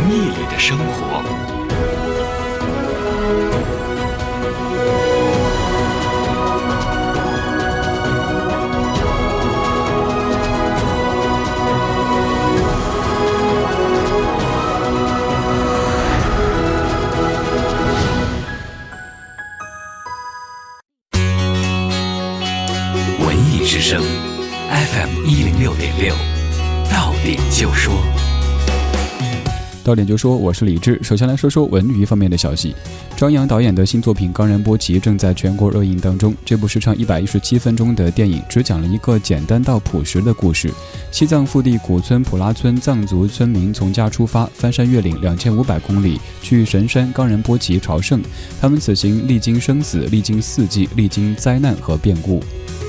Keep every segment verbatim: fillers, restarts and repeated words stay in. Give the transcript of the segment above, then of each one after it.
艺里的生活。文艺之声 F M 一零六点六，到点就说。 到点就说，我是李志。首先来说说文娱方面的消息。张扬导演的新作品《冈仁波齐》正在全国热映当中。这部时长一百一十七分钟的电影，只讲了一个简单到朴实的故事。西藏腹地古村普拉村藏族村民从家出发，翻山越岭两千五百公里，去神山冈仁波齐朝圣。他们此行历经生死，历经四季，历经灾难和变故。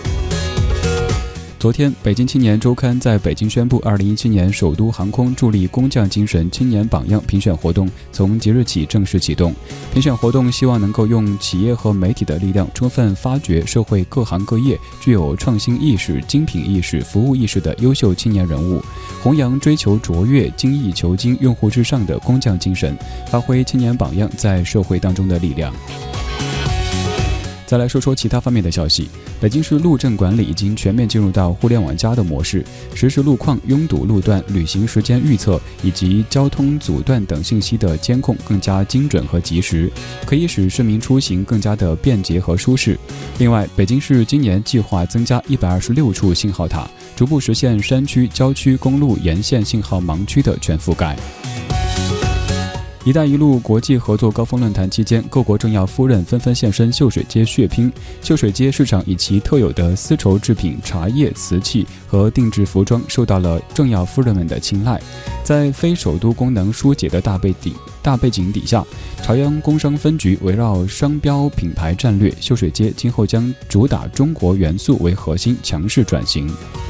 昨天，北京青年周刊在北京宣布，二零一七年首都航空助力工匠精神青年榜样评选活动从即日起正式启动。评选活动希望能够用企业和媒体的力量，充分发掘社会各行各业具有创新意识、精品意识、服务意识的优秀青年人物，弘扬追求卓越、精益求精、用户至上的工匠精神，发挥青年榜样在社会当中的力量。再来说说其他方面的消息。北京市路政管理已经全面进入到互联网加的模式，实时路况、拥堵路段、旅行时间预测以及交通阻断等信息的监控更加精准和及时，可以使市民出行更加的便捷和舒适。另外，北京市今年计划增加一百二十六处信号塔，逐步实现山区、郊区公路沿线信号盲区的全覆盖。一带一路国际合作高峰论坛期间，各国政要夫人纷纷现身秀水街血拼。秀水街市场以其特有的丝绸制品、茶叶、瓷器和定制服装受到了政要夫人们的青睐。在非首都功能疏解的大背景大背景底下，朝阳工商分局围绕商标品牌战略，秀水街今后将主打中国元素为核心，强势转型。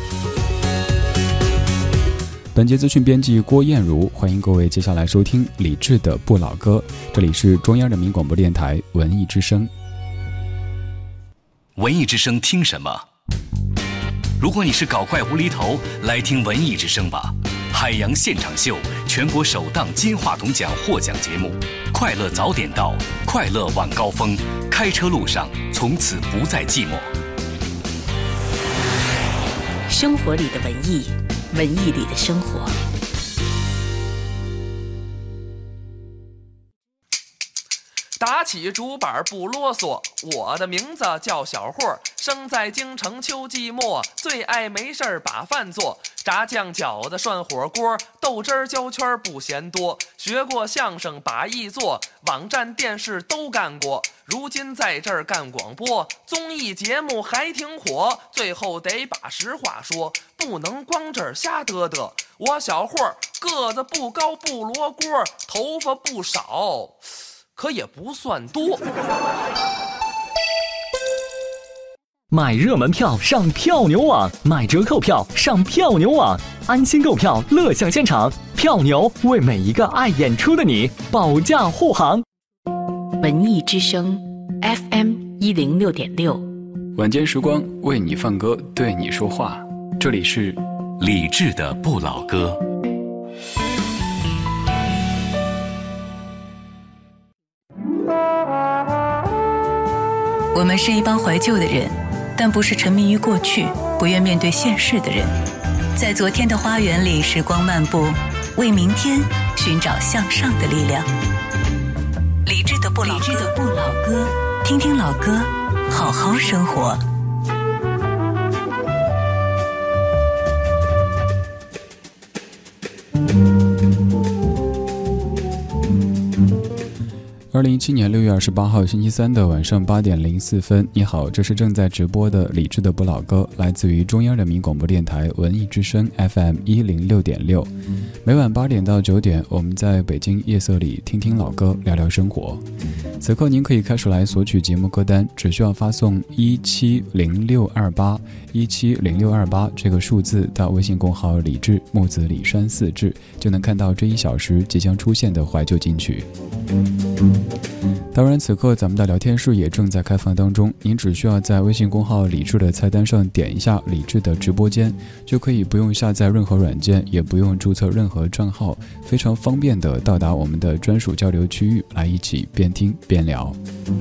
本节资讯编辑郭艳茹，欢迎各位接下来收听李志的不老歌。这里是中央人民广播电台文艺之声。 文艺之声听什么？如果你是搞怪无厘头，来听文艺之声吧。海洋现场秀，全国首档金话筒奖获奖节目，快乐早点到，快乐晚高峰，开车路上从此不再寂寞。 生活里的文艺，文艺里的生活。 打起竹板不啰嗦，我的名字叫小霍，生在京城秋季末，最爱没事把饭做，炸酱饺子涮火锅，豆汁儿焦圈不嫌多，学过相声把艺做，网站电视都干过，如今在这儿干广播，综艺节目还挺火，最后得把实话说，不能光这儿瞎嘚嘚。我小霍个子不高不罗锅，头发不少可也不算多。 买热门票上票牛网，买折扣票上票牛网，安心购票，乐享现场。票牛为每一个爱演出的你保驾护航。 文艺之声 F M 一零六点六， 晚间时光为你放歌，对你说话。这里是李志的不老歌。 我们是一帮怀旧的人，但不是沉迷于过去、不愿面对现实的人。在昨天的花园里时光漫步，为明天寻找向上的力量。理智的不老歌，理智的不老歌，听听老歌，好好生活。 二零一七年六月二十八号星期三的晚上八点零四分，你好，这是正在直播的理智的不老歌，来自于中央人民广播电台文艺之声 F M 一零六点六。每晚八点到九点，我们在北京夜色里听听老歌，聊聊生活。此刻您可以开始来索取节目歌单，只需要发送一七零六二八一七零六二八这个数字到微信公号李志木子李山四志，就能看到这一小时即将出现的怀旧金曲。 当然此刻咱们的聊天室也正在开放当中，您只需要在微信公号理智的菜单上点一下理智的直播间，就可以不用下载任何软件，也不用注册任何账号，非常方便的到达我们的专属交流区域，来一起边听边聊。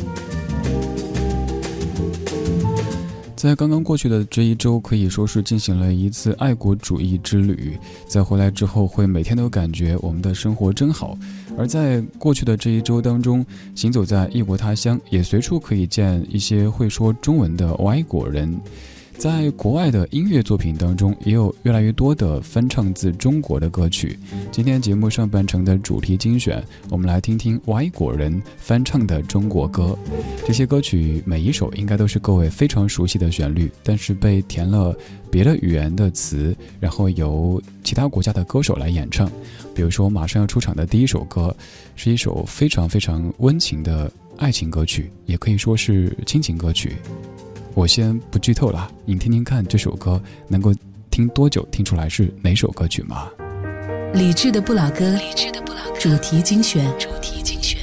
在刚刚过去的这一周，可以说是进行了一次爱国主义之旅，在回来之后会每天都感觉我们的生活真好。而在过去的这一周当中，行走在异国他乡，也随处可以见一些会说中文的外国人。在国外的音乐作品当中，也有越来越多的翻唱自中国的歌曲。今天节目上半程的主题精选，我们来听听外国人翻唱的中国歌。这些歌曲每一首应该都是各位非常熟悉的旋律，但是被填了别的语言的词，然后由其他国家的歌手来演唱。比如说马上要出场的第一首歌，是一首非常非常温情的爱情歌曲，也可以说是亲情歌曲。我先不剧透了，你听听看这首歌能够听多久，听出来是哪首歌曲吗？ 理智的不老歌，理智的不老歌主题精选，主题精选。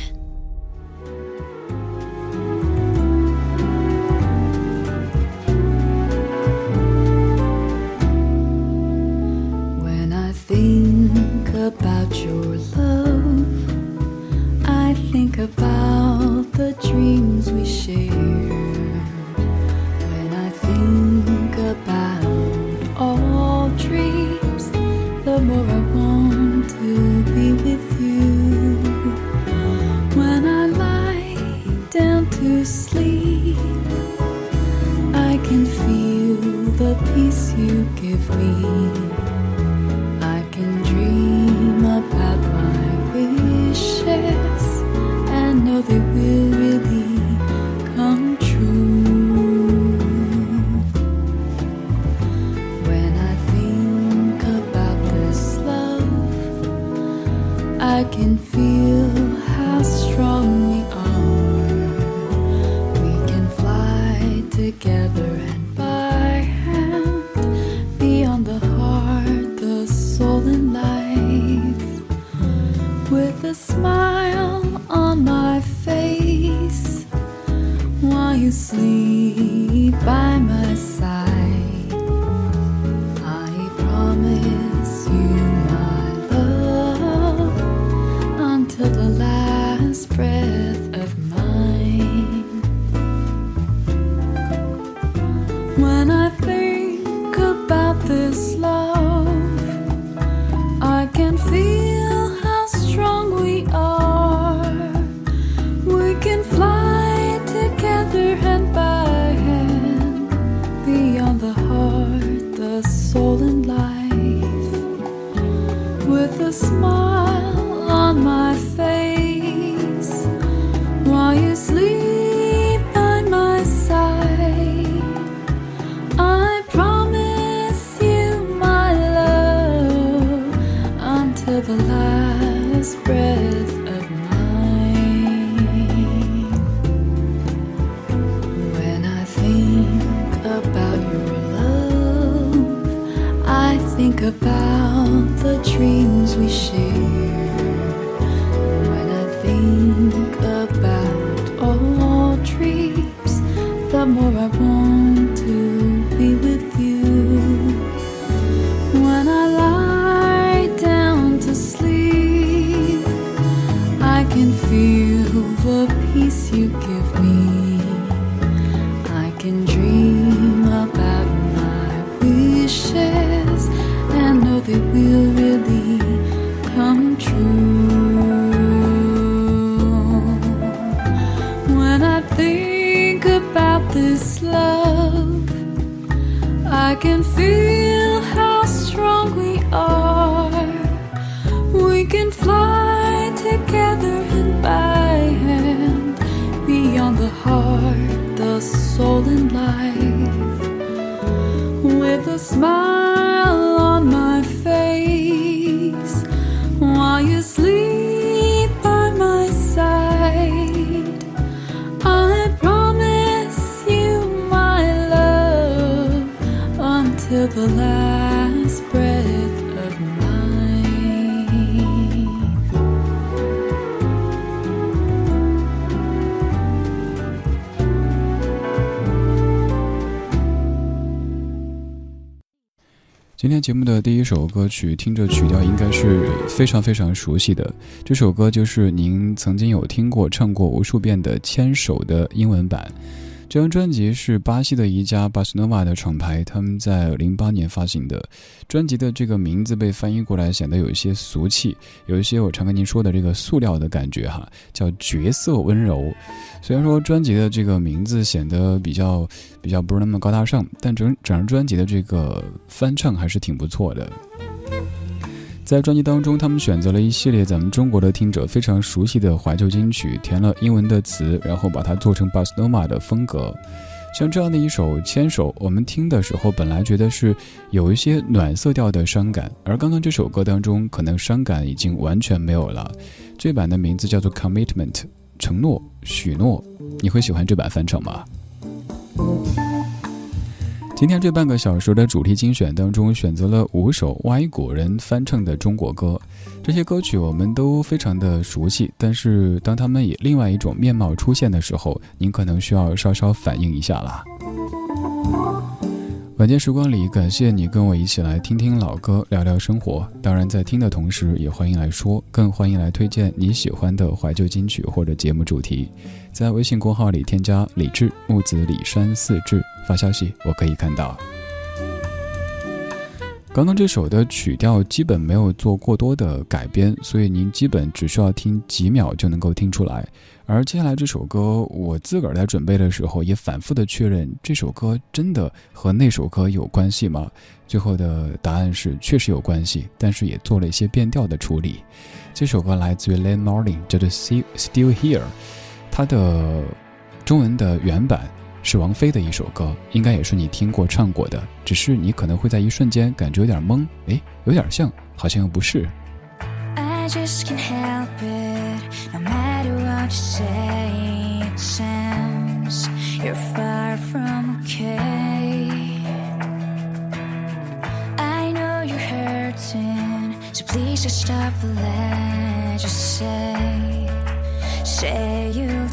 When I think about your love, I think about the dreams we share.Think about all dreams, the more I want to be with you. When I lie down to sleep, I can feel the peace you give me. I can dream about my wishes and know they will really come true.I can feel how strong we are. We can fly together hand by hand, beyond the heart, the soul and life. With a smile on my face, while you sleep by my side, I promise you,Till the last breath of mine. When I think about this love, I can feel how strong we are. We can fly together hand by hand, beyond the heart, the soul and life. With a smile,on my face, while you sleep by my side, I promise you my love until the last breath of mine. When I think about your love, I think about the dreams we share.Think about all dreams, the more I want to be with you. When I lie down to sleep, I can feel the peace you give me. I can dream about my wishes and know they will really come true.When I think about this love, I can feel how strong we are. We can fly together hand by hand, beyond the heart, the soul and life. With a smile on my face, while you sleep by my side,I promise you my love until the last breath of mine. 今天节目的第一首歌曲，听着曲调应该是非常非常熟悉的。这首歌就是您曾经有听过、唱过无数遍的《牵手》的英文版。这张专辑是巴西的一家巴斯诺瓦的厂牌，他们在零八年发行的。专辑的这个名字被翻译过来显得有一些俗气，有一些我常跟您说的这个塑料的感觉哈，叫角色温柔。虽然说专辑的这个名字显得比较比较不是那么高大上，但整整张专辑的这个翻唱还是挺不错的。在专辑当中，他们选择了一系列咱们中国的听者非常熟悉的怀旧金曲，填了英文的词，然后把它做成巴斯诺瓦的风格。像这样的一首《牵手》，我们听的时候本来觉得是有一些暖色调的伤感，而刚刚这首歌当中可能伤感已经完全没有了。这版的名字叫做 Commitment， 承诺、许诺。你会喜欢这版翻唱吗？今天这半个小时的主题精选当中，选择了五首外国人翻唱的中国歌。这些歌曲我们都非常的熟悉，但是当他们以另外一种面貌出现的时候，您可能需要稍稍反应一下啦。晚间时光里，感谢你跟我一起来听听老歌，聊聊生活。当然在听的同时，也欢迎来说，更欢迎来推荐你喜欢的怀旧金曲或者节目主题。在微信公号里添加李志，木子李山四志，发消息我可以看到。刚刚这首的曲调基本没有做过多的改编，所以您基本只需要听几秒就能够听出来。而接下来这首歌，我自个儿在准备的时候也反复的确认，这首歌真的和那首歌有关系吗？最后的答案是确实有关系，但是也做了一些变调的处理。这首歌来自于 Len Marlin， 叫做 Still Here， 它的中文的原版是王菲的一首歌，应该也是你听过唱过的，只是你可能会在一瞬间感觉有点懵，诶，有点像，好像又不是。 I just can't help it, no matter what you say, it sounds you're far from okay. I know you're hurting, so please just stop the lie. Just say, say you'll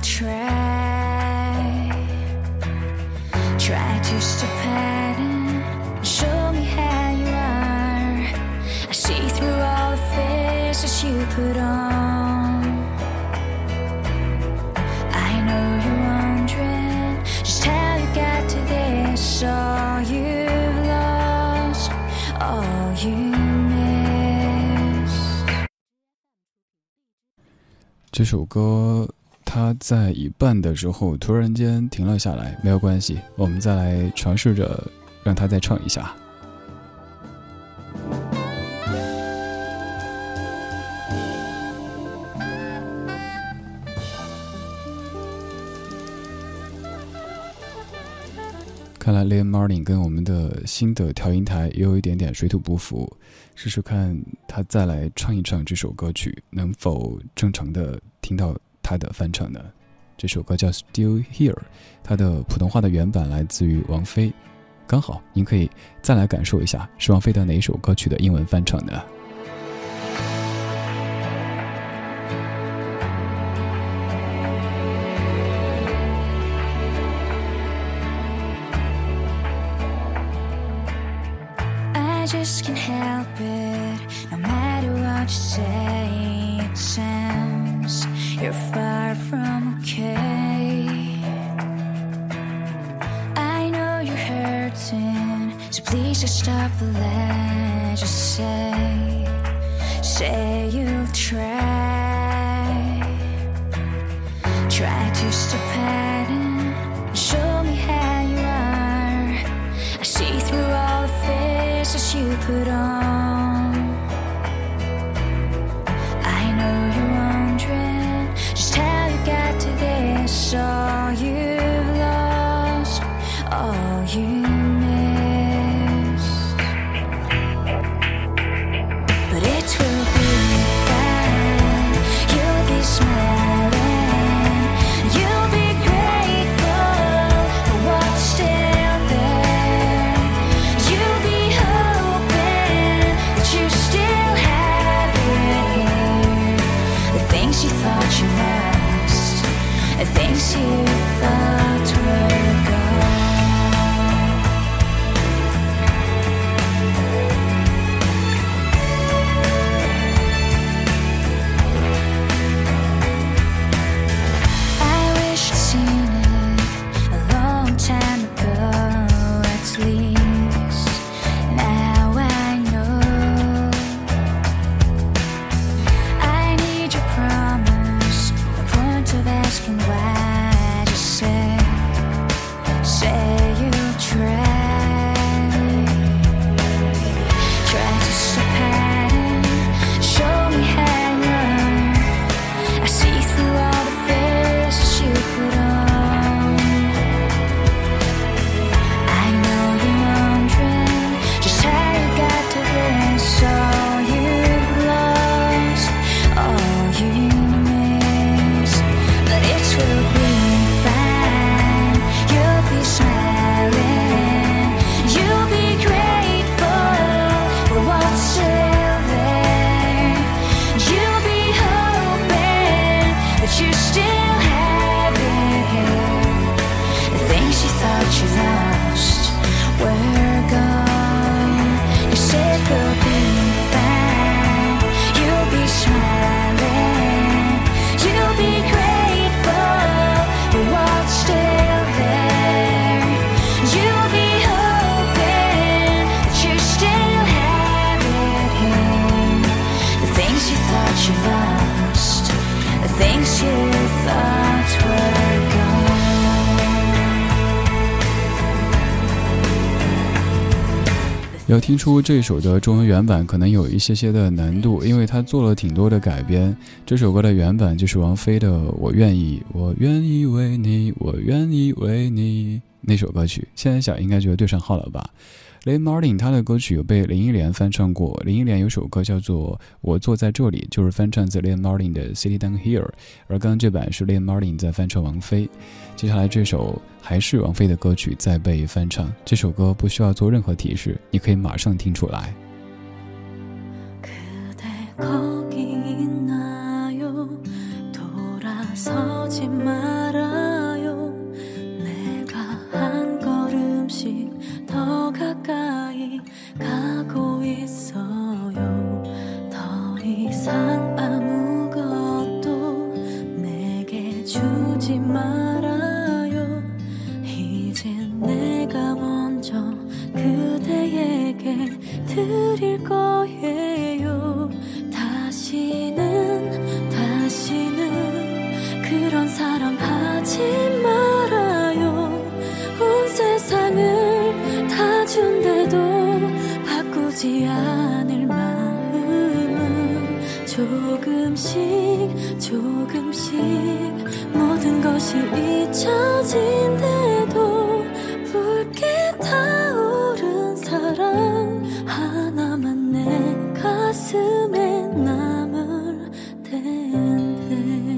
try.Try to stop hiding and show me how you are. I see through all the faces you put on. I know you're wondering just how you got to this. All you've lost, all you missed. 这首歌他在一半的时候突然间停了下来，没有关系，我们再来尝试着让他再唱一下。看来 Len Marlin 跟我们的新的调音台也有一点点水土不服，试试看他再来唱一唱这首歌曲，能否正常的听到他的翻唱呢？这首歌叫 Still Here， 它的普通话的原版来自于王菲，刚好您可以再来感受一下是王菲的哪一首歌曲的英文翻唱呢？ I just can't help it, no matter what you say, it sounds you're far from okay. I know you're hurting, so please just stop the lie. Just say, say you'll try. Try to stop hiding and show me how you are. I see through all the faces you put on. I know you're wondering just how you got to this. All you've lost, all you missed. But it will be fine. You'll be smiling. You'll be grateful for what's still there. You'll be hoping that you still have it here. The things you thought you lost, the things you thought were gone. things you thought were gone. 要听出这首的中文原版可能有一些些的难度，因为他做了挺多的改编。这首歌的原版就是王菲的《我愿意》，我愿意为你，我愿意为你那首歌曲，现在想应该觉得对上号了吧。Lynn Martin 他的歌曲有被林忆莲翻唱过，林忆莲有首歌叫做《我坐在这里》，就是翻唱自 Lynn Martin 的 City Down Here， 而刚刚这版是 Lynn Martin 在翻唱王菲。接下来这首还是王菲的歌曲在被翻唱，这首歌不需要做任何提示，你可以马上听出来。 더 가까이 가고 있어요. 더 이상 아무것도 내게 주지 말아요. 이제 내가 먼저 그대에게 드릴 거예요. 다시는 다시는 그런 사랑하지 말아요. 온 세상을 다 준대도 바꾸지 않을 마음은 조금씩 조금씩 모든 것이 잊혀진대도 붉게 타오른 사랑 하나만 내 가슴에 남을 텐데.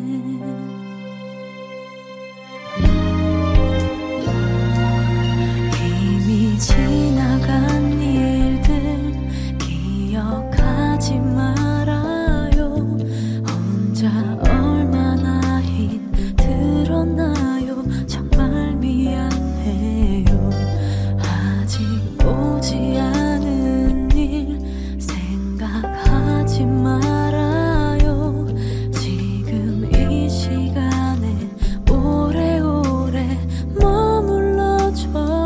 지나간 일들 기억하지 말아요. 혼자 얼마나 힘들었나요. 정말 미안해요. 아직 오지 않은 일 생각하지 말아요. 지금 이 시간에 오래오래 머물러줘요.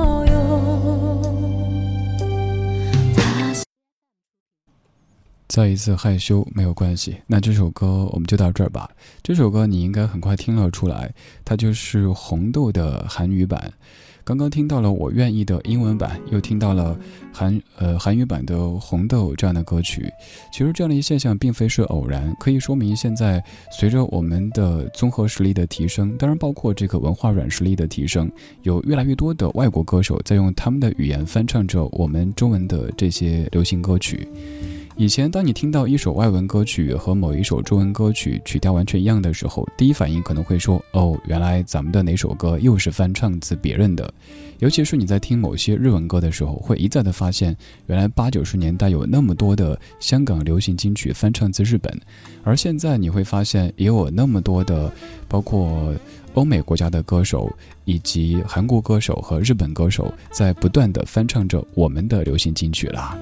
再一次害羞没有关系，那这首歌我们就到这儿吧。这首歌你应该很快听了出来，它就是红豆的韩语版。刚刚听到了我愿意的英文版，又听到了韩呃韩语版的红豆这样的歌曲。其实这样的一现象并非是偶然，可以说明现在随着我们的综合实力的提升，当然包括这个文化软实力的提升，有越来越多的外国歌手在用他们的语言翻唱着我们中文的这些流行歌曲。以前当你听到一首外文歌曲和某一首中文歌曲曲调完全一样的时候，第一反应可能会说，哦，原来咱们的哪首歌又是翻唱自别人的。尤其是你在听某些日文歌的时候，会一再的发现，原来八九十年代有那么多的香港流行金曲翻唱自日本，而现在你会发现也有那么多的包括欧美国家的歌手以及韩国歌手和日本歌手在不断的翻唱着我们的流行金曲啦。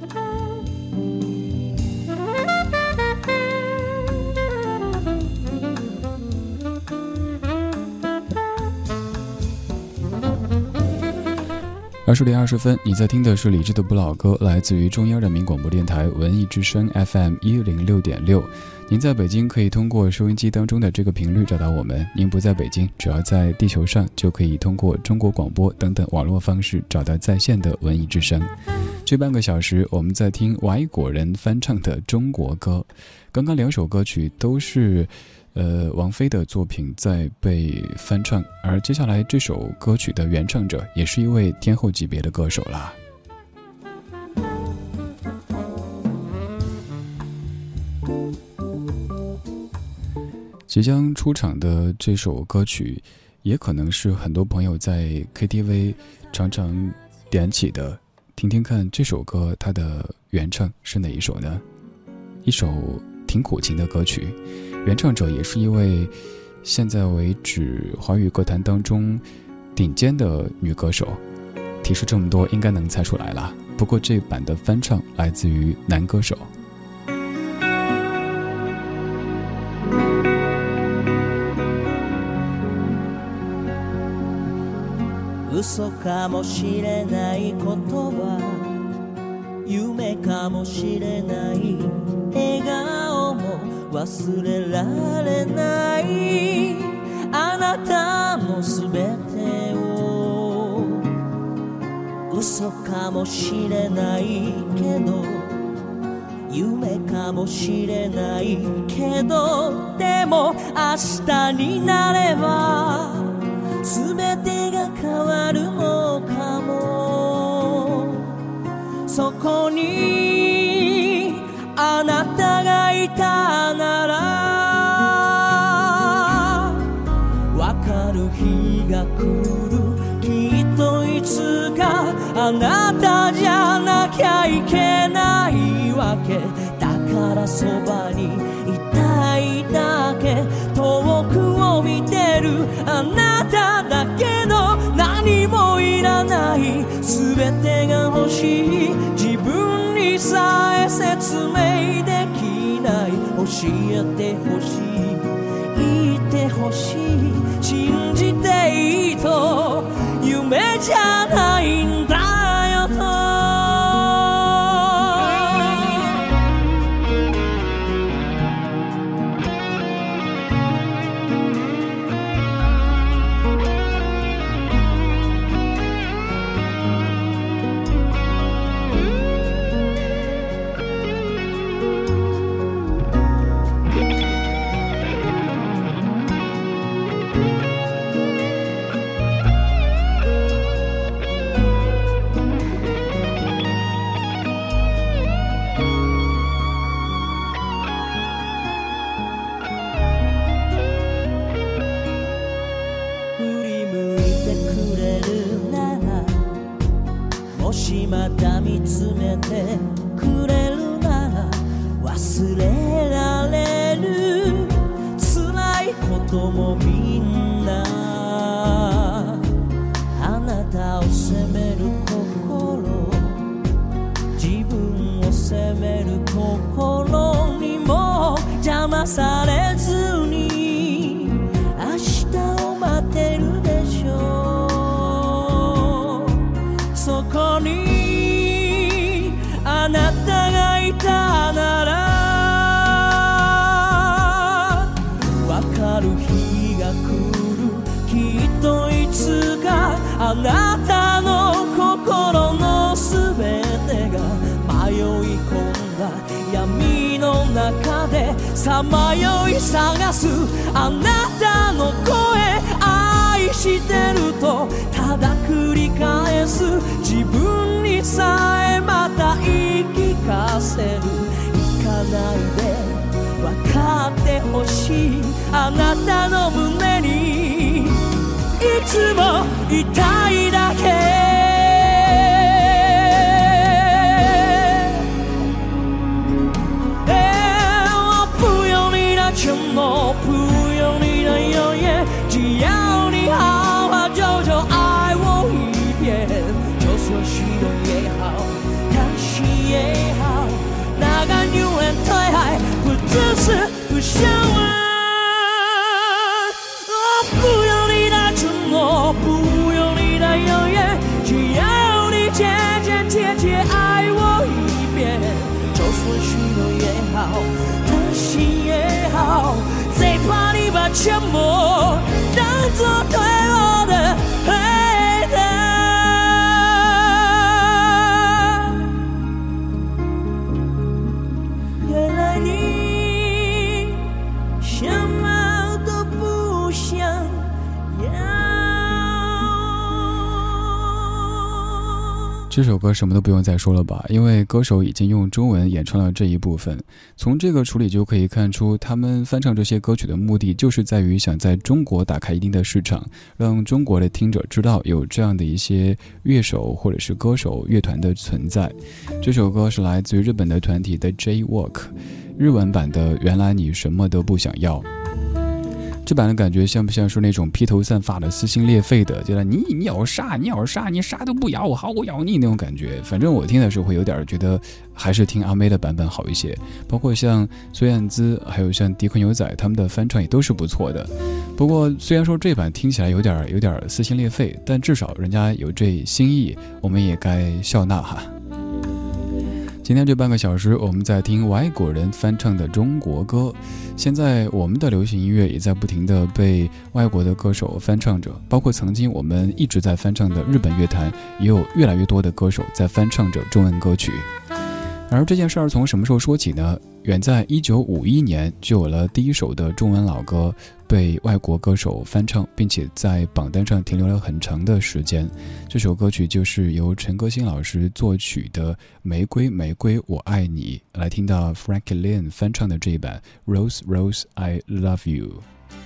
二十点二十分，你在听的是李志的不老歌，来自于中央人民广播电台文艺之声 F M 一零六点六。您在北京可以通过收音机当中的这个频率找到我们，您不在北京，只要在地球上就可以通过中国广播等等网络方式找到在线的文艺之声。这半个小时我们在听外国人翻唱的中国歌，刚刚两首歌曲都是呃，王菲的作品在被翻唱，而接下来这首歌曲的原唱者也是一位天后级别的歌手啦。即将出场的这首歌曲，也可能是很多朋友在 K T V 常常点起的，听听看这首歌它的原唱是哪一首呢？一首挺苦情的歌曲，原唱者也是一位现在为止华语歌坛当中顶尖的女歌手。提示这么多应该能猜出来了，不过这版的翻唱来自于男歌手。 嘘かもしれない言葉、夢かもしれない笑顔も忘れられないあなたのすべてを嘘かもしれないけど夢かもしれないけどでも明日になれば全てが変わるのかもそこにあなたがいたならわかる日が来るきっといつかあなたじゃなきゃいけないわけだからそばにいたいだけ遠くを見てるあなただけど何もいらない全てが欲しい自分にさえ説明できない教えてほしい言ってほしい信じていいと夢じゃないんだよとまた見つめてくれるなら忘れられる辛いこともみんなあなたを責める心自分を責める心にも邪魔されずに明日を待ってるでしょうそこにあなたがいたならわかる日が来るきっといつかあなたの心のすべてが迷い込んだ闇の中でさまよい探すあなたの声愛してるとただ繰り返す自分にさえまた言い聞かせる行かないで分かってほしいあなたの胸にいつもいたいだけ什么不用你的永远只要你好好久久爱我一遍就算虚荣也好贪心也好那敢永远退海不只是不想问我不用你的承诺不用你的永远只要你渐渐切切爱我一遍就算虚荣也好贪心也好最怕你把沉默当作对我的回答原来你什么都不想要这首歌什么都不用再说了吧，因为歌手已经用中文演唱了这一部分。从这个处理就可以看出，他们翻唱这些歌曲的目的就是在于想在中国打开一定的市场，让中国的听者知道有这样的一些乐手或者是歌手乐团的存在。这首歌是来自于日本的团体的 J-Walk， 日文版的原来你什么都不想要。这版的感觉像不像是那种披头散发的撕心裂肺的，觉得你你要啥你要啥你啥都不要好我要你那种感觉。反正我听的时候会有点觉得还是听阿妹的版本好一些，包括像孙燕姿还有像迪克牛仔他们的翻唱也都是不错的。不过虽然说这版听起来有点有点撕心裂肺，但至少人家有这心意，我们也该笑纳哈。 今天这半个小时，我们在听外国人翻唱的中国歌。现在我们的流行音乐也在不停地被外国的歌手翻唱着，包括曾经我们一直在翻唱的日本乐坛，也有越来越多的歌手在翻唱着中文歌曲。而这件事儿从什么时候说起呢？远在一九五一年就有了第一首的中文老歌被外国歌手翻唱，并且在榜单上停留了很长的时间。这首歌曲就是由陈歌辛老师作曲的《玫瑰玫瑰我爱你》，来听到 Frankie Lynn 翻唱的这一版 Rose Rose I Love You。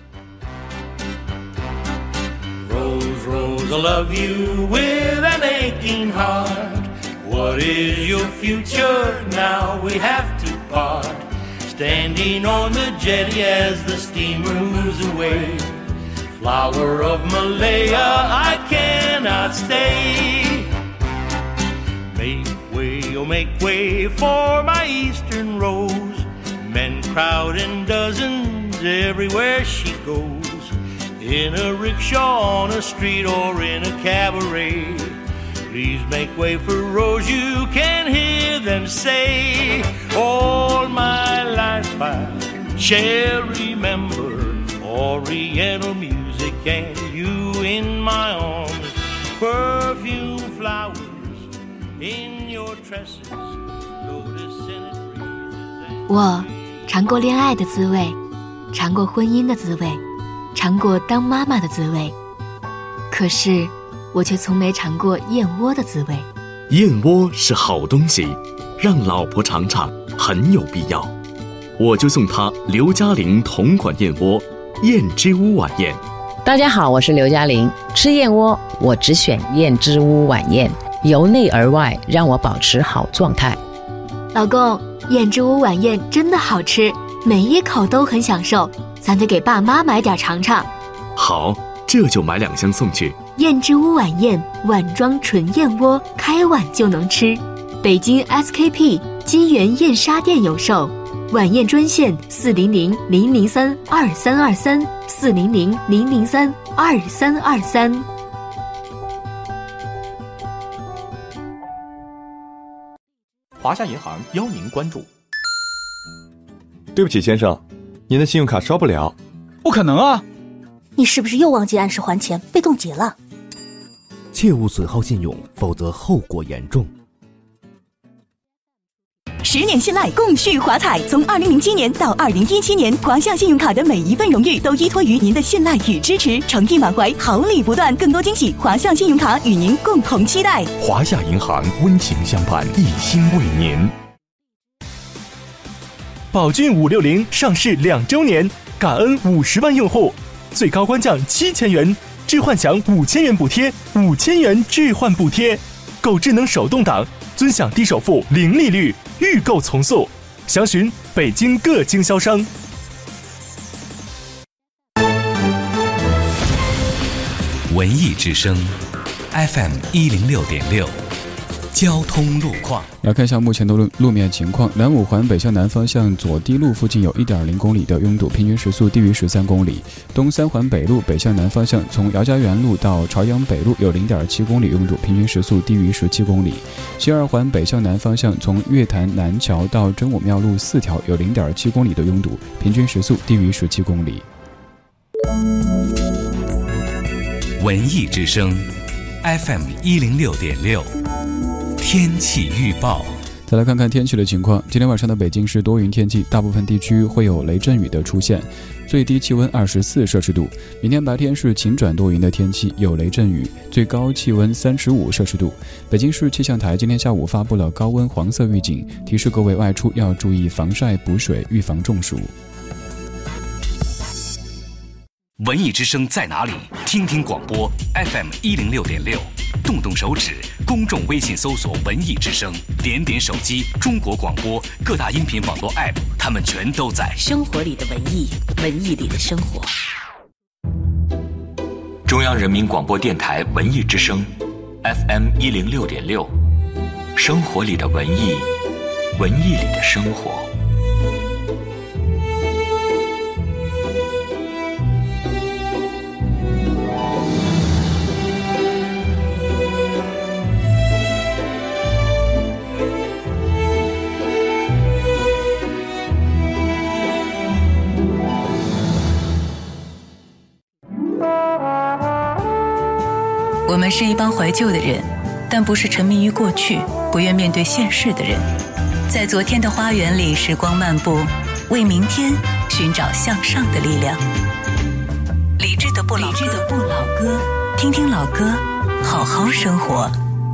Rose Rose I love you with an aching heart. What is your future now we have to part? Standing on the jetty as the steamer moves away. Flower of Malaya, I cannot stay. Make way, oh make way for my eastern rose. Men crowd in dozens everywhere she goes. In a rickshaw, on a street, or in a cabaret.Please make way for Rose, you can hear them say. All my life I shall remember Oriental music and you in my arms. Perfume flowers in your tresses, lotus scented breezes. 我尝过恋爱的滋味，尝过婚姻的滋味，尝过当妈妈的滋味，可是我却从没尝过燕窝的滋味。 燕窝是好东西，让老婆尝尝很有必要。我就送她刘嘉玲同款燕窝燕之屋晚宴。 大家好，我是刘嘉玲。吃燕窝我只选燕之屋晚宴，由内而外让我保持好状态。 老公，燕之屋晚宴真的好吃，每一口都很享受，咱得给爸妈买点尝尝。 好，这就买两箱送去。 燕之屋晚宴，碗装纯燕窝，开碗就能吃。北京 S K P 金源燕莎店有售，晚宴专线四零零零零三二三二三四零零零零三二三二三。 华夏银行邀您关注。 对不起，先生，您的信用卡刷不了。 不可能啊！ 你是不是又忘记按时还钱，被冻结了？ 切勿损耗信用，否则后果严重。 十年信赖，共续华彩。从二零零七年到二零一七年，华夏信用卡的每一份荣誉都依托于您的信赖与支持，诚意满怀，好礼不断。更多惊喜，华夏信用卡与您共同期待。 华夏银行温情相伴，一心为您。 宝骏五六零上市两周年，感恩五十万用户，最高官降七千元，置换享五千元补贴，五千元置换补贴，购智能手动挡，尊享低首付、零利率，预购从速。详询北京各经销商。 文艺之声 F M 一零六点六。交通路况， 来看一下目前的 路, 路面情况。南五环北向南方向左堤路附近有 一点零公里的拥堵，平均时速低于十三公里。东三环北路北向南方向从姚家园路到朝阳北路有 零点七公里拥堵，平均时速低于十七公里。西二环北向南方向从月坛南桥到真武庙路四条有 零点七公里的拥堵，平均时速低于十七公里。 文艺之声 F M 一零六点六。天气预报， 再来看看天气的情况。今天晚上的北京是多云天气，大部分地区会有雷阵雨的出现，最低气温二十四摄氏度。明天白天是晴转多云的天气，有雷阵雨，最高气温三十五摄氏度。北京市气象台今天下午发布了高温黄色预警，提示各位外出要注意防晒补水，预防中暑。 文艺之声在哪里？听听广播 F M 一零六点六，动动手指，公众微信搜索文艺之声，点点手机中国广播，各大音频网络 App， 他们全都在。 生活里的文艺，文艺里的生活。 中央人民广播电台文艺之声 F M 一零六点六，生活里的文艺，文艺里的生活。 我们是一帮怀旧的人，但不是沉迷于过去，不愿面对现实的人。在昨天的花园里时光漫步，为明天寻找向上的力量。理智的不老歌，听听老歌，好好生活。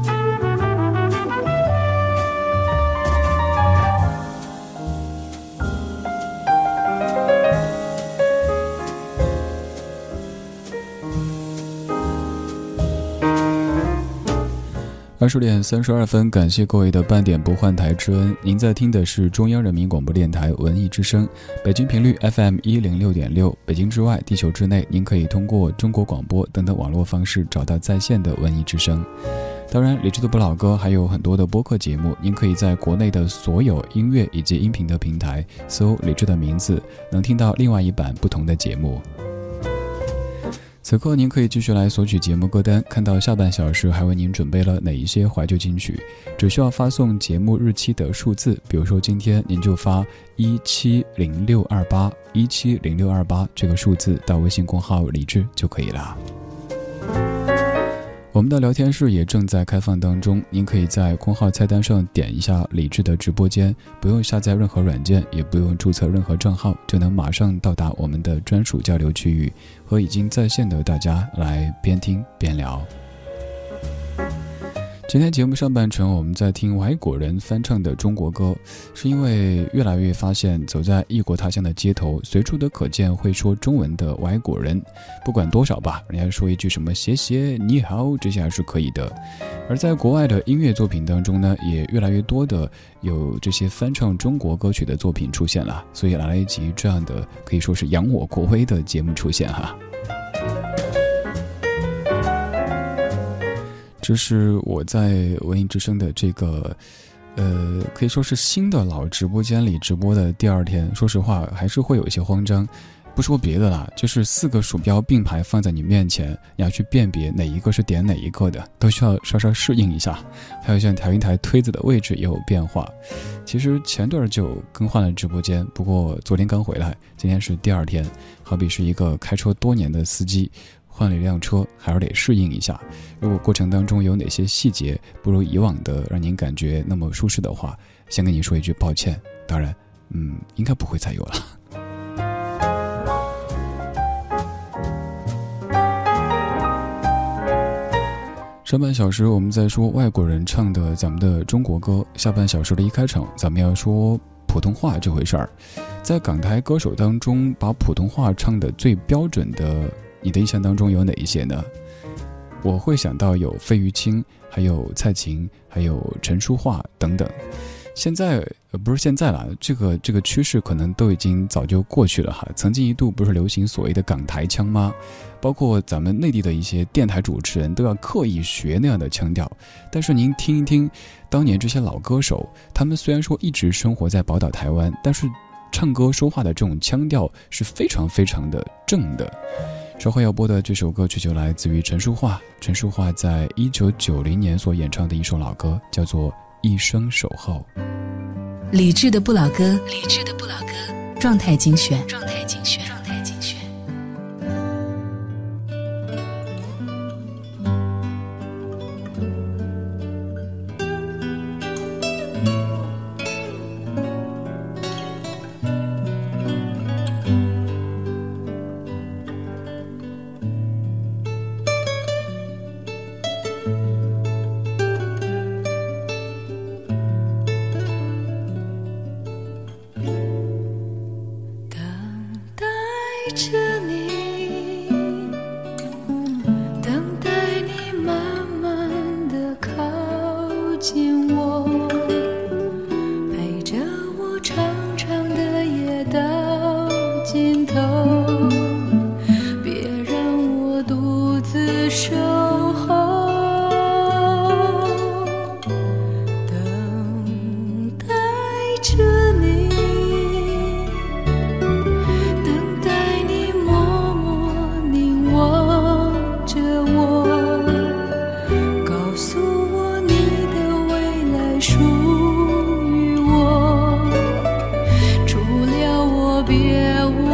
二十点三十二分，感谢各位的半点不换台之恩。您在听的是中央人民广播电台文艺之声，北京频率 F M 一零六点六。北京之外，地球之内，您可以通过中国广播等等网络方式找到在线的文艺之声。当然，理智的不老歌还有很多的播客节目，您可以在国内的所有音乐以及音频的平台搜理智的名字，能听到另外一版不同的节目。此刻您可以继续来索取节目歌单，看到下半小时还为您准备了哪一些怀旧金曲，只需要发送节目日期的数字，比如说今天您就发一七零六二八一七零六二八这个数字到微信公号理智就可以了。我们的聊天室也正在开放当中，您可以在公号菜单上点一下理智的直播间，不用下载任何软件，也不用注册任何账号，就能马上到达我们的专属交流区域，和已经在线的大家来边听边聊。今天节目上半程我们在听外国人翻唱的中国歌，是因为越来越发现走在异国他乡的街头，随处都可见会说中文的外国人，不管多少吧，人家说一句什么谢谢你好，这些还是可以的。而在国外的音乐作品当中呢，也越来越多的有这些翻唱中国歌曲的作品出现了，所以来了一集这样的可以说是扬我国威的节目出现哈。这是我在文艺之声的这个呃，可以说是新的老直播间里直播的第二天，说实话还是会有一些慌张，不说别的啦，就是四个鼠标并排放在你面前，你要去辨别哪一个是点哪一个的，都需要稍稍适应一下。还有像调音台推子的位置也有变化，其实前段就更换了直播间，不过昨天刚回来，今天是第二天，好比是一个开车多年的司机换了一辆车，还是得适应一下。如果过程当中有哪些细节不如以往的让您感觉那么舒适的话，先跟您说一句抱歉，当然嗯，应该不会再有了。上半小时我们在说外国人唱的咱们的中国歌，下半小时的一开场咱们要说普通话这回事儿。在港台歌手当中，把普通话唱的最标准的，你的印象当中有哪一些呢？我会想到有费玉清，还有蔡琴，还有陈淑桦等等。现在呃不是现在了，这个这个趋势可能都已经早就过去了哈。曾经一度不是流行所谓的港台腔吗？包括咱们内地的一些电台主持人都要刻意学那样的腔调。但是您听一听，当年这些老歌手，他们虽然说一直生活在宝岛台湾，但是唱歌说话的这种腔调是非常非常的正的。稍后要播的这首歌曲就来自于陈淑桦，陈淑桦在一九九零年所演唱的一首老歌，叫做《一生守候》。 理智的不老歌，理智的不老歌，状态精选，状态精选，状态精选。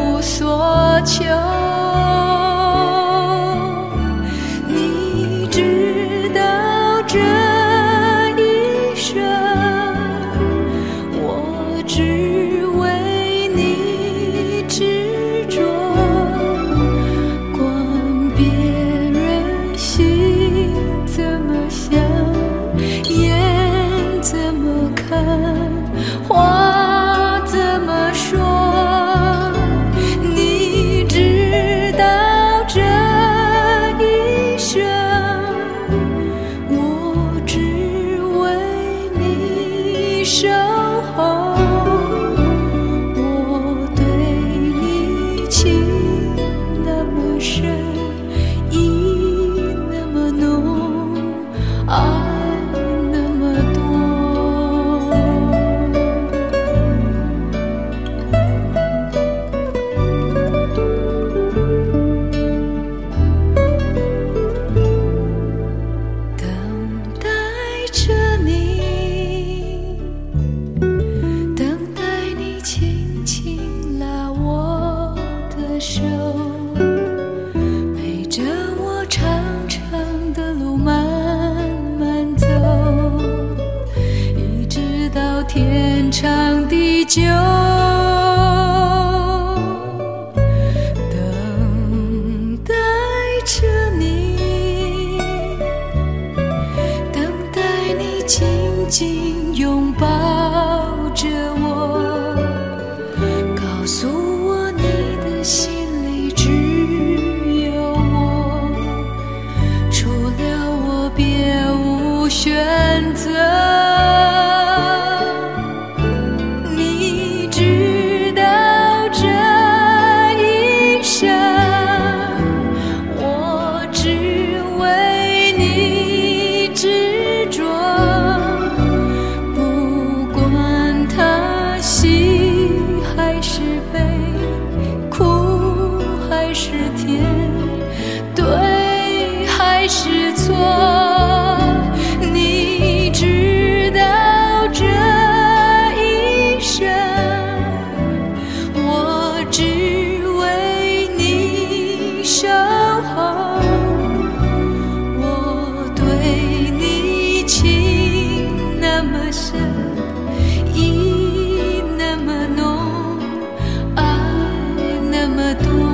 求你知陪着我长长的路慢慢走，一直到天长地久。等待着你，等待你紧紧拥抱着我，告诉我你的心里只有我，除了我别无选择。你知道这一生我只为你执着，不管它喜还是悲，苦还是甜，对还是错，你知道这一生我只为你守候，我对你情那么深，意那么浓，爱那么多。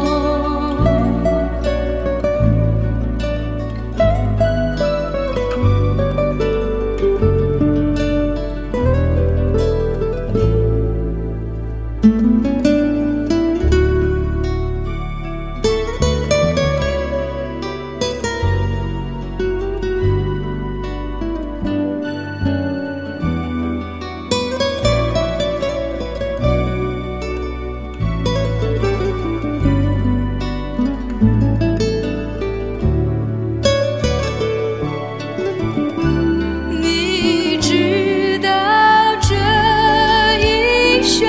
你知道这一生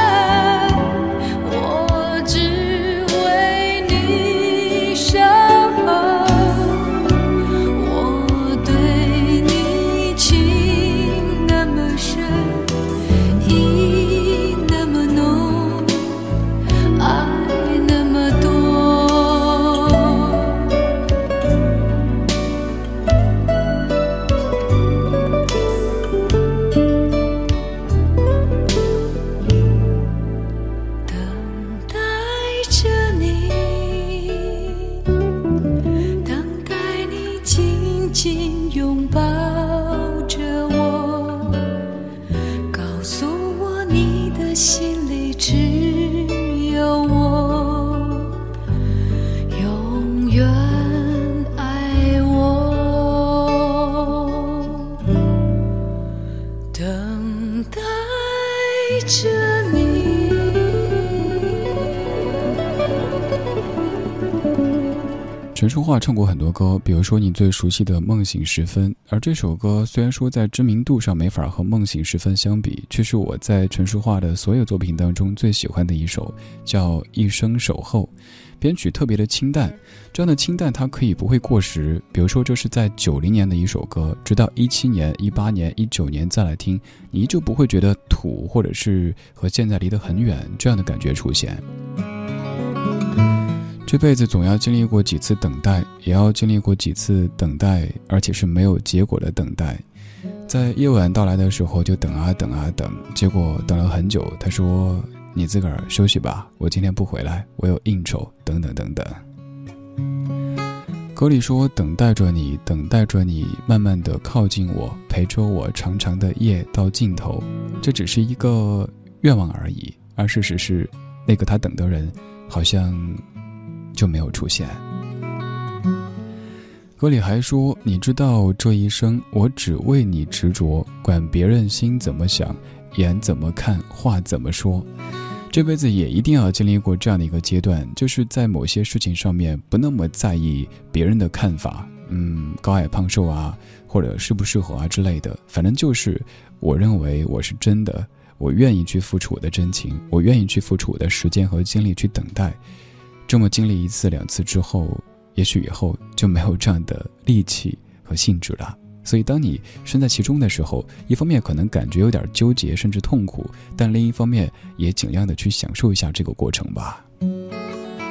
我只为你守候，我对你情那么深，意那么浓，爱那么多。等待着你，等待你紧紧拥抱着我，告诉我你的心里只有我，永远爱我。等待着你。 陈淑桦唱过很多歌，比如说你最熟悉的《梦醒时分》，而这首歌虽然说在知名度上没法和《梦醒时分》相比，却是我在陈淑桦的所有作品当中最喜欢的一首，叫《一生守候》。编曲特别的清淡，这样的清淡它可以不会过时。比如说这是在九零年的一首歌，直到一七年、一八年、一九年再来听，你依旧不会觉得土，或者是和现在离得很远这样的感觉出现。这辈子总要经历过几次等待，也要经历过几次等待，而且是没有结果的等待。在夜晚到来的时候就等啊等啊等，结果等了很久，他说你自个儿休息吧，我今天不回来，我有应酬，等等等等。歌里说等待着你，等待着你慢慢的靠近我，陪着我长长的夜到尽头，这只是一个愿望而已，而事实是那个他等的人好像就没有出现。歌里还说你知道这一生我只为你执着，管别人心怎么想，眼怎么看，话怎么说。这辈子也一定要经历过这样的一个阶段，就是在某些事情上面不那么在意别人的看法，嗯，高矮胖瘦啊，或者适不适合啊之类的，反正就是我认为我是真的，我愿意去付出我的真情，我愿意去付出我的时间和精力去等待。这么经历一次两次之后，也许以后就没有这样的力气和兴致了。所以当你身在其中的时候，一方面可能感觉有点纠结甚至痛苦，但另一方面也尽量的去享受一下这个过程吧。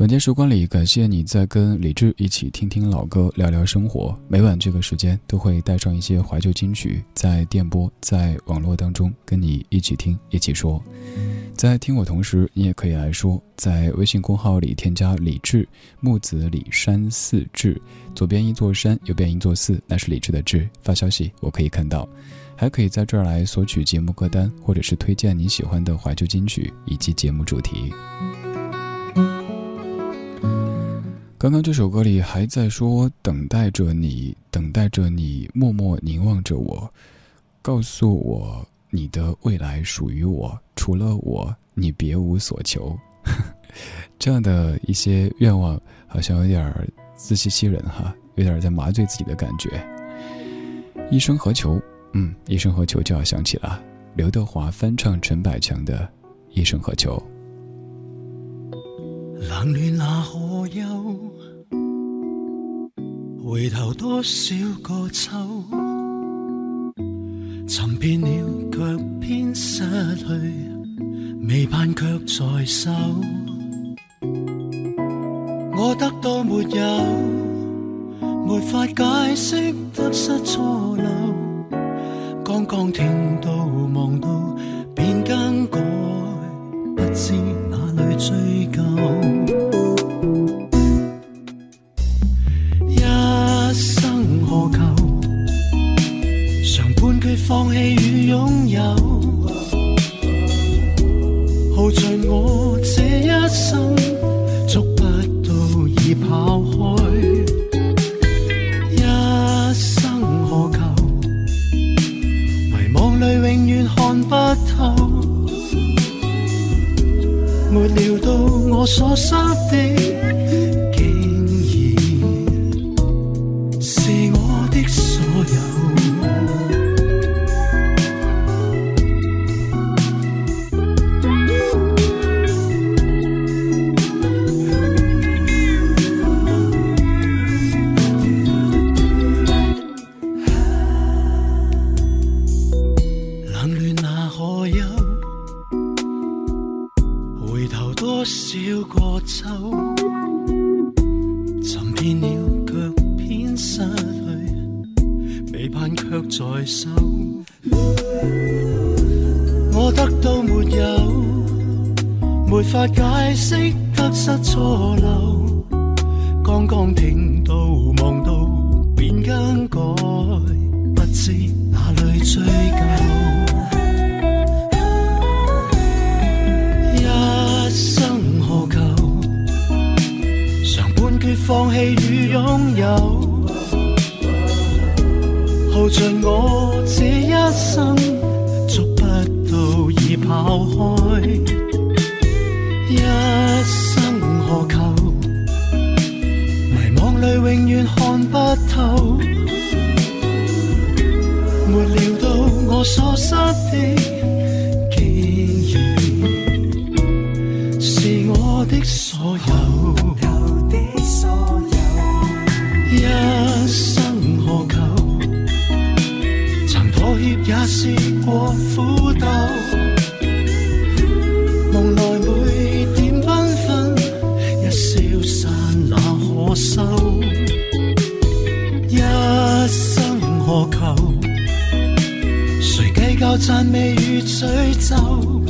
晚间时光里，感谢你在跟李志一起听听老歌，聊聊生活。每晚这个时间都会带上一些怀旧金曲，在电波在网络当中跟你一起听一起说。在听我同时，你也可以来说，在微信公号里添加李志，木子李山寺志，左边一座山，右边一座寺，那是李志的志，发消息我可以看到。还可以在这儿来索取节目歌单，或者是推荐你喜欢的怀旧金曲以及节目主题。刚刚这首歌里还在说等待着你，等待着你，默默凝望着我，告诉我你的未来属于我，除了我你别无所求。这样的一些愿望好像有点自欺欺人哈，有点在麻醉自己的感觉。一生何求，嗯，一生何求就要想起了刘德华翻唱陈百强的《一生何求》。 冷暖那可休，回頭多少個秋，尋遍了卻偏失去，未盼卻在手。我得到沒有，沒法解釋得失錯漏，剛剛聽到望到便更改，不知哪裏追究。一生何求，常半決放棄與擁有，耗盡我這一生，捉不到已跑開。一生何求，迷惘裏永遠看不透，沒料到我所失的竟然是我的所有。我得到沒有，沒法解釋得失錯漏，剛剛聽到望到便更改，不知哪裏追究。一生何求，常半決放棄與擁有，耗盡我這一生，捉不到已跑開。一生何求，迷惘裏永遠看不透，沒料到我所失的竟然是我的所有。一生何求，妥協也試過苦鬥，夢內每點繽紛，一消散那可收。一生何求，誰計較讚美與詛咒，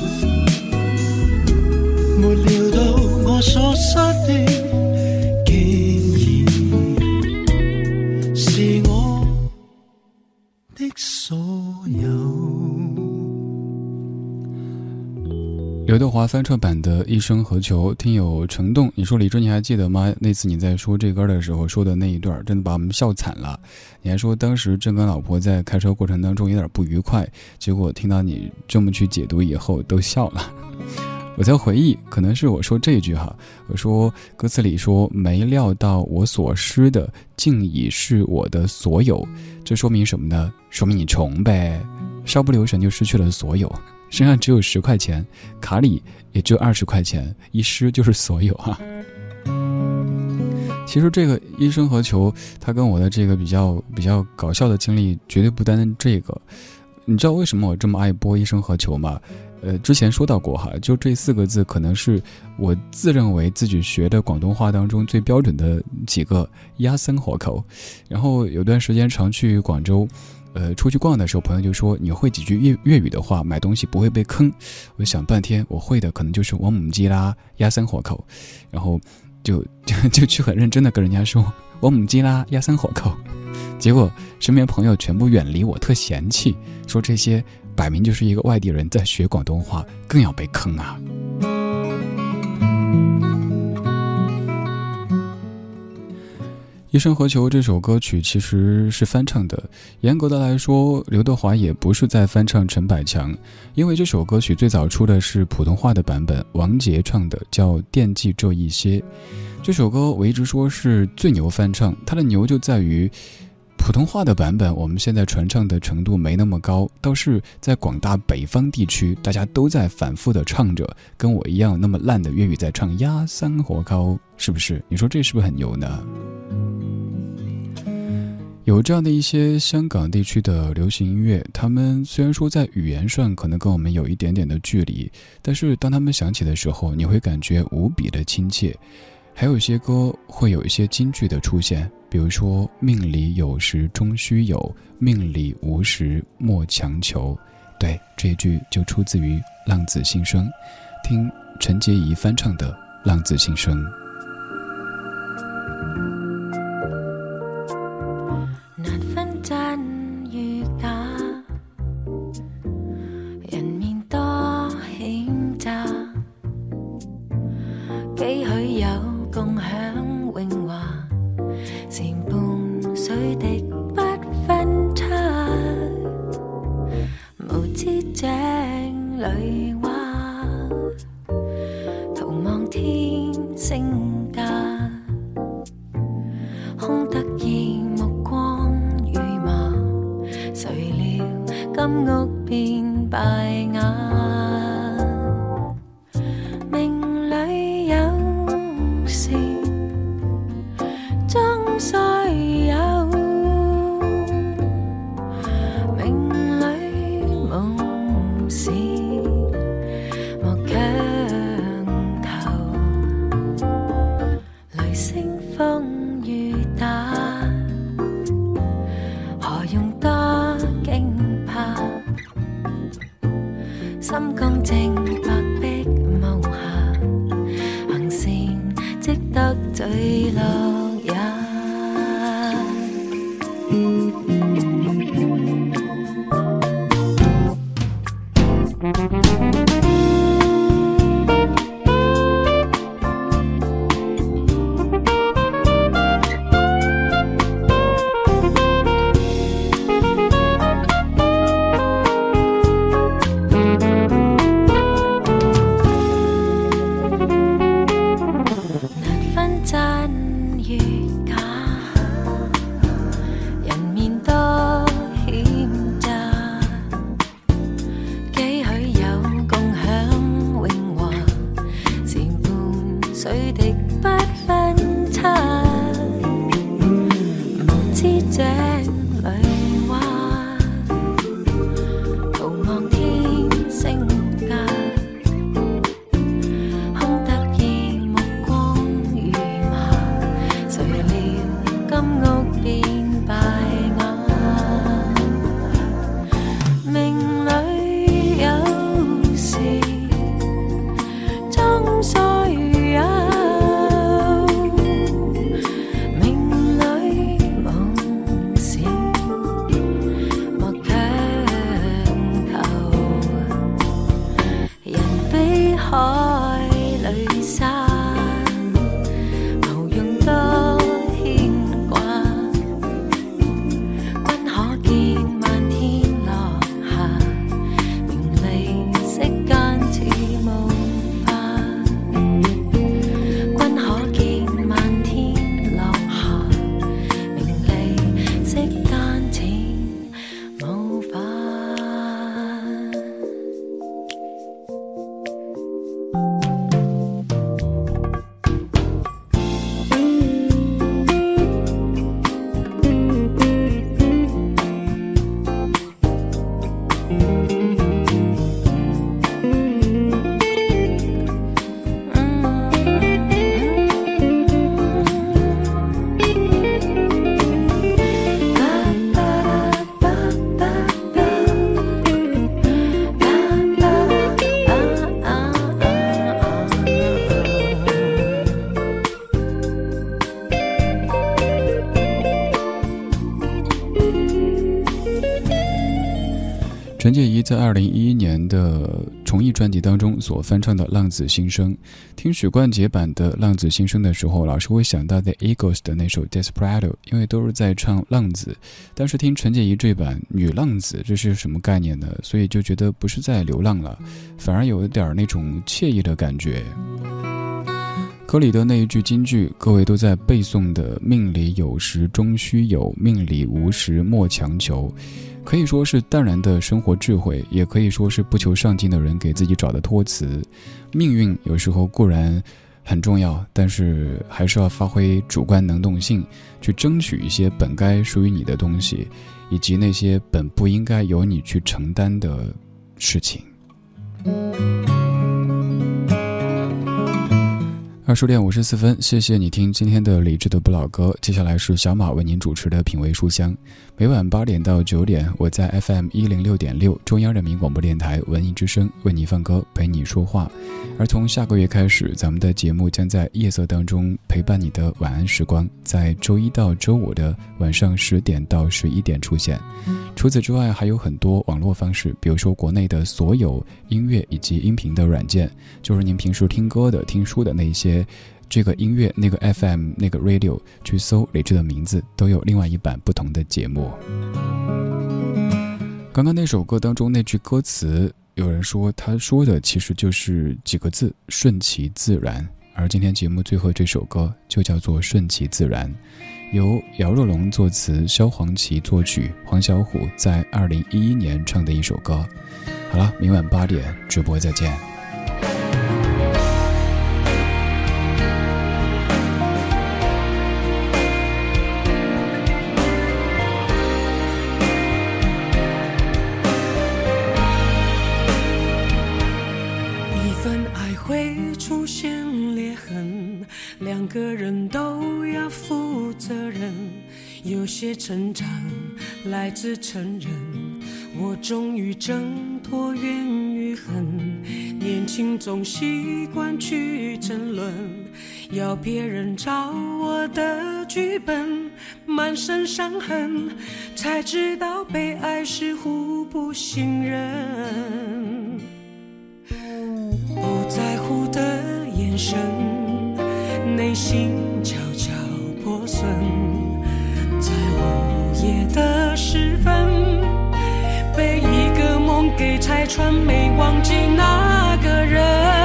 沒料到我所失的竟然是我的所有。 刘德华翻唱版的《一生何求》，听友程动，你说李志你还记得吗？那次你在说这歌的时候说的那一段，真的把我们笑惨了。你还说当时正跟老婆在开车过程当中有点不愉快，结果听到你这么去解读以后都笑了。我在回忆，可能是我说这句哈，我说歌词里说没料到我所失的竟已是我的所有，这说明什么呢？说明你穷呗，稍不留神就失去了所有，身上只有十块钱，卡里也只有二十块钱，一失就是所有哈。其实这个一生何求，它跟我的这个比较比较搞笑的经历绝对不单单这个。 你知道为什么我这么爱播一生何求吗？呃，之前说到过哈，就这四个字可能是我自认为自己学的广东话当中最标准的几个鸭生活口。然后有段时间常去广州，呃，出去逛的时候，朋友就说你会几句粤粤语的话，买东西不会被坑。我想半天，我会的可能就是我唔知啦，鸭生活口，然后就就就去很认真的跟人家说我唔知啦，鸭生活口。结果身边朋友全部远离我，特嫌弃，说这些摆明就是一个外地人在学广东话，更要被坑啊。一生何求这首歌曲其实是翻唱的，严格的来说，刘德华也不是在翻唱陈百强，因为这首歌曲最早出的是普通话的版本，王杰唱的，叫《惦记这一些》。这首歌我一直说是最牛翻唱，它的牛就在于普通话的版本我们现在传唱的程度没那么高，倒是在广大北方地区大家都在反复的唱着跟我一样那么烂的粤语在唱鸭生活口，是不是？你说这是不是很牛呢？有这样的一些香港地区的流行音乐，他们虽然说在语言上可能跟我们有一点点的距离，但是当他们响起的时候，你会感觉无比的亲切。还有一些歌会有一些金句的出现，比如说命里有时终须有，命里无时莫强求。对，这一句就出自于浪子心声，听陈洁仪翻唱的浪子心声。 難分真與假，人面多險詐，幾許有共享榮華，前半水滴不分差，無知井裏蛙，徒望天星價，空得意目光如麻，誰料金屋變敗瓦，命裏有時終須有，命裏無時莫強求，雷聲風雨打，何用多驚怕，心公正白璧無瑕，行善積得最樂也。終須有。 陈洁仪在二零一一年的重艺专辑当中所翻唱的《浪子心声》，听许冠杰版的《浪子心声》的时候，老是会想到 The Eagles 的那首 Desperado， 因为都是在唱浪子。但是听陈洁仪这版女浪子，这是什么概念呢？所以就觉得不是在流浪了，反而有一点那种惬意的感觉。歌里的那一句金句，各位都在背诵的，命里有时终须有，命里无时莫强求，可以说是淡然的生活智慧，也可以说是不求上进的人给自己找的托词。命运有时候固然很重要，但是还是要发挥主观能动性，去争取一些本该属于你的东西，以及那些本不应该由你去承担的事情。二十点五十四分，谢谢你听今天的理智的不老歌。接下来是小马为您主持的品味书香，每晚八点到九点，我在 F M 一零六点六中央人民广播电台文艺之声为你放歌，陪你说话。而从下个月开始，咱们的节目将在夜色当中陪伴你的晚安时光，在周一到周五的晚上十点到十一点出现。除此之外，还有很多网络方式，比如说国内的所有音乐以及音频的软件，就是您平时听歌的、听书的那些。这个音乐那个 F M 那个 radio 去搜理智的名字，都有另外一版不同的节目。刚刚那首歌当中那句歌词，有人说他说的其实就是几个字，顺其自然。而今天节目最后这首歌就叫做顺其自然，由姚若龙作词，萧煌奇作曲，黄小琥在二零一一年唱的一首歌。好了，明晚八点直播再见。 两个人都要负责任，有些成长来自承认，我终于挣脱怨与恨。年轻总习惯去争论，要别人照我的剧本，满身伤痕，才知道被爱是互不信任。不在乎的眼神，内心悄悄破损，在午夜的时分，被一个梦给拆穿，没忘记那个人。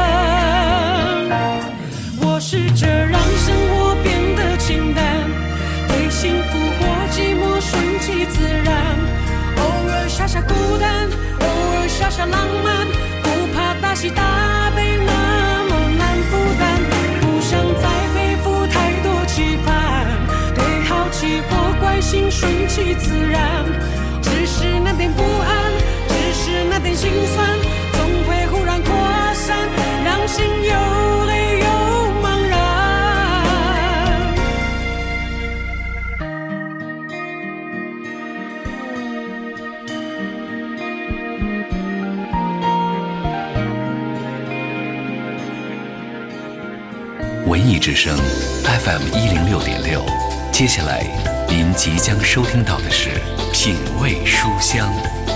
我试着让生活变得清淡，对幸福或寂寞顺其自然，偶尔下下孤单，偶尔下下浪漫，不怕大喜大悲那么难负担，不想再期盼，对好奇或关心顺其自然，只是那点不安，只是那点心酸，总会忽然扩散，让心又累又茫然。 文艺之声 F M 一零六点六，接下来您即将收听到的是品味书香。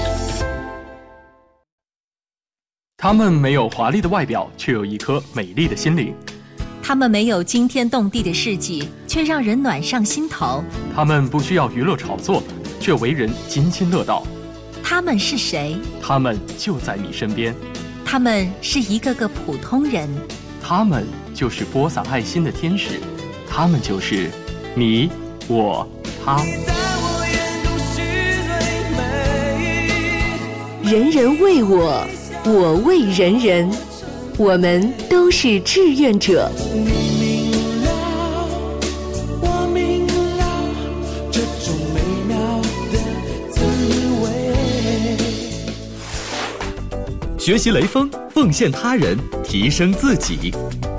他们没有华丽的外表，却有一颗美丽的心灵。 他们没有惊天动地的事迹，却让人暖上心头。 他们不需要娱乐炒作，却为人津津乐道。 他们是谁？ 他们就在你身边。 他们是一个个普通人。 他们就是播撒爱心的天使，他们就是你、我、他。 人人为我，我为人人，我们都是志愿者。 学习雷锋，奉献他人，提升自己。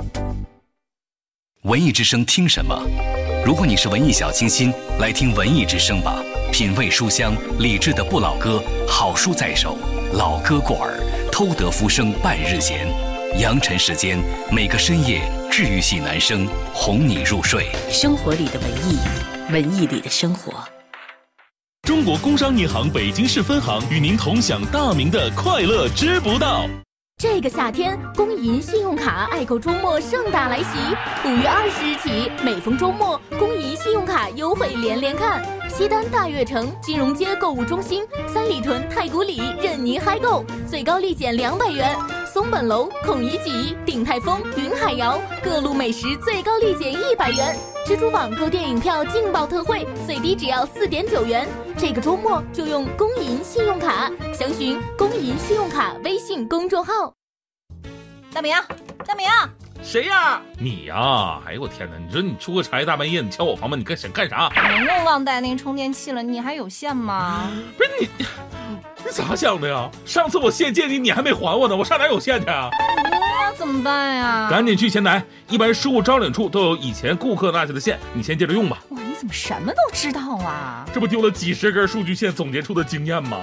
文艺之声听什么？如果你是文艺小清新，来听文艺之声吧。品味书香，理智的不老歌，好书在手，老歌过耳，偷得浮生半日闲。扬尘时间，每个深夜，治愈系男声哄你入睡。 生活里的文艺，文艺里的生活。 中国工商银行北京市分行与您同享大明的快乐知不道。 这个夏天，工银信用卡爱购周末盛大来袭。五月二十日起，每逢周末，工银信用卡优惠连连看。西单大悦城、金融街购物中心、三里屯太古里任您嗨购，最高立减两百元。松本楼、孔乙己、鼎泰丰、云海肴各路美食最高立减一百元。蜘蛛网购电影票劲爆特惠，最低只要四点九元。这个周末就用工银信用卡，详询工银信用卡微信公众号。 大明，大明， 谁呀？你呀！哎呦我天哪！你说你出个差大半夜，你敲我房门，你干想干啥？ 我又忘带那充电器了，你还有线吗？ 不是你，你咋想的呀？上次我线借你，你还没还我呢，我上哪有线去啊？ 那怎么办呀？ 赶紧去前台，一般事务招领处都有以前顾客落下的线，你先接着用吧。 哇，你怎么什么都知道啊？ 这不丢了几十根数据线总结出的经验吗？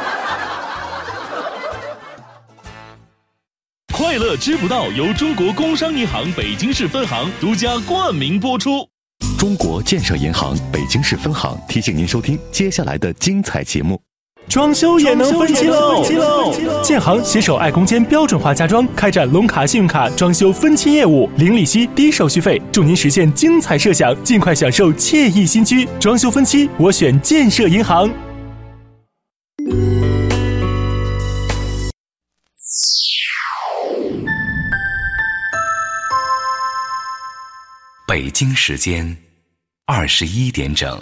快乐知不道由中国工商银行北京市分行独家冠名播出。 中国建设银行北京市分行提醒您收听接下来的精彩节目。 装修也能分期喽！建行携手爱空间标准化家装，开展龙卡信用卡装修分期业务，零利息、低手续费，祝您实现精彩设想，尽快享受惬意新居。装修分期，我选建设银行。 北京时间二十一点整。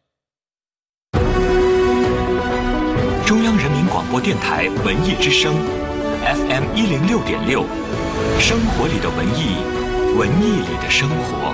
中央人民广播电台文艺之声 F M 一零六点六，生活里的文艺，文艺里的生活。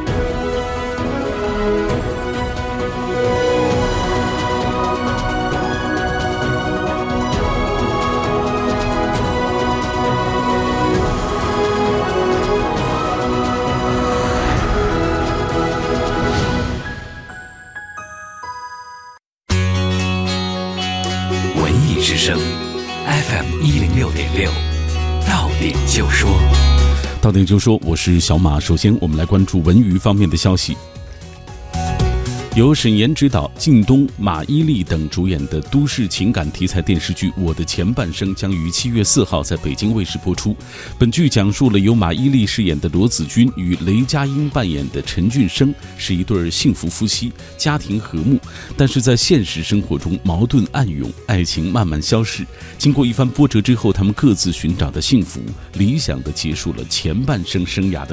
之声 F M 一零六点六，到点就说， 到点就说，我是小马。首先，我们来关注文娱方面的消息。由沈岩执导、靳东、马伊琍等主演的都市情感题材电视剧《我的前半生》将于七月四号在北京卫视播出。本剧讲述了由马伊琍饰演的罗子君与雷佳音扮演的陈俊生是一对幸福夫妻，家庭和睦，但是在现实生活中矛盾暗涌，爱情慢慢消逝。经过一番波折之后，他们各自寻找的幸福，理想地结束了前半生生涯的